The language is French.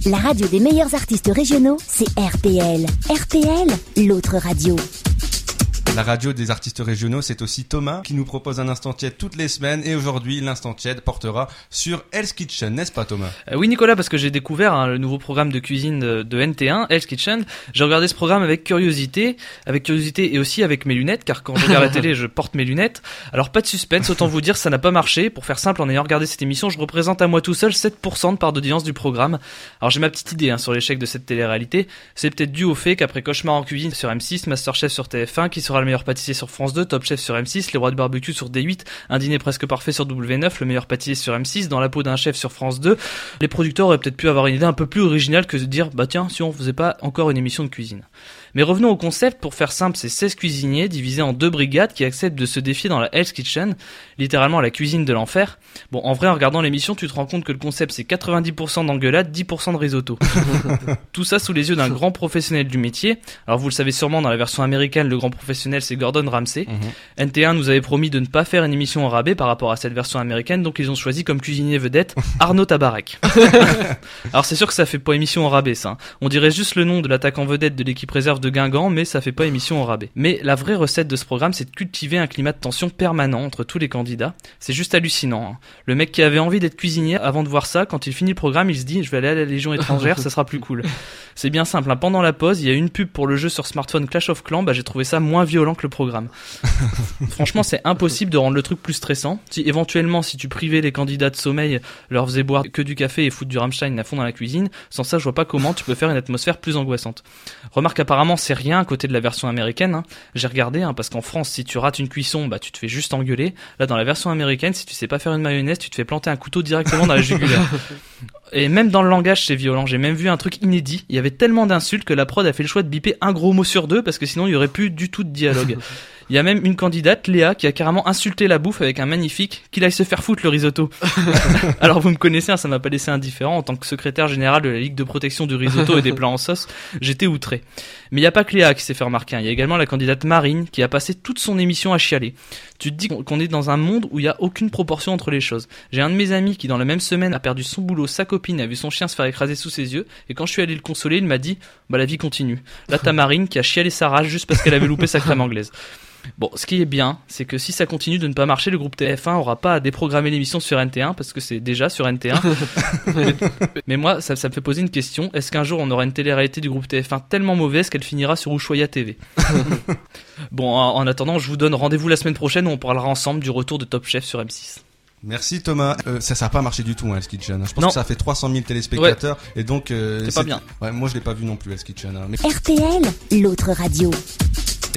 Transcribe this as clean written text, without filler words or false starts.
La radio des meilleurs artistes régionaux, c'est RPL. RPL, l'autre radio. La radio des artistes régionaux, c'est aussi Thomas qui nous propose un instant tiède toutes les semaines. Et aujourd'hui, l'instant tiède portera sur Hell's Kitchen, n'est-ce pas Thomas ? Oui Nicolas, parce que j'ai découvert le nouveau programme de cuisine de NT1, Hell's Kitchen. J'ai regardé ce programme avec curiosité et aussi avec mes lunettes, car quand je regarde la télé, je porte mes lunettes. Alors pas de suspense, autant vous dire, ça n'a pas marché. Pour faire simple, en ayant regardé cette émission, je représente à moi tout seul 7% de part d'audience du programme. Alors j'ai ma petite idée sur l'échec de cette télé-réalité. C'est peut-être dû au fait qu'après Cauchemar en cuisine sur M6, Masterchef sur TF1, qui sera le meilleur pâtissier sur France 2, Top Chef sur M6, Les Rois du Barbecue sur D8, Un dîner presque parfait sur W9, Le meilleur pâtissier sur M6, Dans la peau d'un chef sur France 2, les producteurs auraient peut-être pu avoir une idée un peu plus originale que de dire bah tiens, si on faisait pas encore une émission de cuisine. Mais revenons au concept, pour faire simple, c'est 16 cuisiniers divisés en 2 brigades qui acceptent de se défier dans la Hell's Kitchen, littéralement la cuisine de l'enfer. Bon, en vrai, en regardant l'émission, tu te rends compte que le concept c'est 90% d'engueulade, 10% de risotto. Tout ça sous les yeux d'un grand professionnel du métier. Alors vous le savez sûrement, dans la version américaine, le grand professionnel c'est Gordon Ramsay. NT1 nous avait promis de ne pas faire une émission en rabais par rapport à cette version américaine, donc ils ont choisi comme cuisinier vedette Arnaud Tabarek. Alors c'est sûr que ça fait pas émission en rabais ça. On dirait juste le nom de l'attaquant vedette de l'équipe réserve de Guingamp, mais ça fait pas émission en rabais. Mais la vraie recette de ce programme, c'est de cultiver un climat de tension permanent entre tous les candidats. C'est juste hallucinant. Le mec qui avait envie d'être cuisinier, avant de voir ça, quand il finit le programme, il se dit je vais aller à la Légion étrangère, ça sera plus cool. C'est bien simple. Pendant la pause, il y a une pub pour le jeu sur smartphone Clash of Clans. J'ai trouvé ça moins violent que le programme. Franchement, c'est impossible de rendre le truc plus stressant. Si éventuellement, si tu privais les candidats de sommeil, leur faisais boire que du café et foutre du Rammstein à fond dans la cuisine, sans ça, je vois pas comment tu peux faire une atmosphère plus angoissante. Remarque, apparemment, c'est rien à côté de la version américaine. J'ai regardé, parce qu'en France, si tu rates une cuisson, tu te fais juste engueuler. Là, dans la version américaine, si tu sais pas faire une mayonnaise, tu te fais planter un couteau directement dans la jugulaire. Et même dans le langage, c'est violent. J'ai même vu un truc inédit. Il y avait tellement d'insultes que la prod a fait le choix de biper un gros mot sur 2 parce que sinon il y aurait plus du tout de dialogue. Il y a même une candidate, Léa, qui a carrément insulté la bouffe avec un magnifique « qu'il aille se faire foutre le risotto ». Alors vous me connaissez, ça m'a pas laissé indifférent. En tant que secrétaire général de la Ligue de protection du risotto et des plats en sauce, j'étais outré. Mais il y a pas que Léa qui s'est fait remarquer. Il y a également la candidate Marine qui a passé toute son émission à chialer. Tu te dis qu'on est dans un monde où il y a aucune proportion entre les choses. J'ai un de mes amis qui dans la même semaine a perdu son boulot, sa copine a vu son chien se faire écraser sous ses yeux, et quand je suis allé le consoler, il m'a dit la vie continue. Là t'as Marine qui a chialé sa rage juste parce qu'elle avait loupé sa crème anglaise. Bon, ce qui est bien, c'est que si ça continue de ne pas marcher, le groupe TF1 aura pas à déprogrammer l'émission sur NT1 parce que c'est déjà sur NT1. Mais moi, ça me fait poser une question. Est-ce qu'un jour on aura une télé-réalité du groupe TF1 tellement mauvaise qu'elle finira sur Ushuaïa TV? Bon, en attendant, je vous donne rendez-vous la semaine prochaine où on parlera ensemble du retour de Top Chef sur M6. Merci Thomas. Ça a pas marché du tout, Hell's Kitchen. Je pense que ça a fait 300 000 téléspectateurs, et donc c'est pas bien. Ouais, moi je l'ai pas vu non plus, Hell's Kitchen. Mais... RPL, l'autre radio.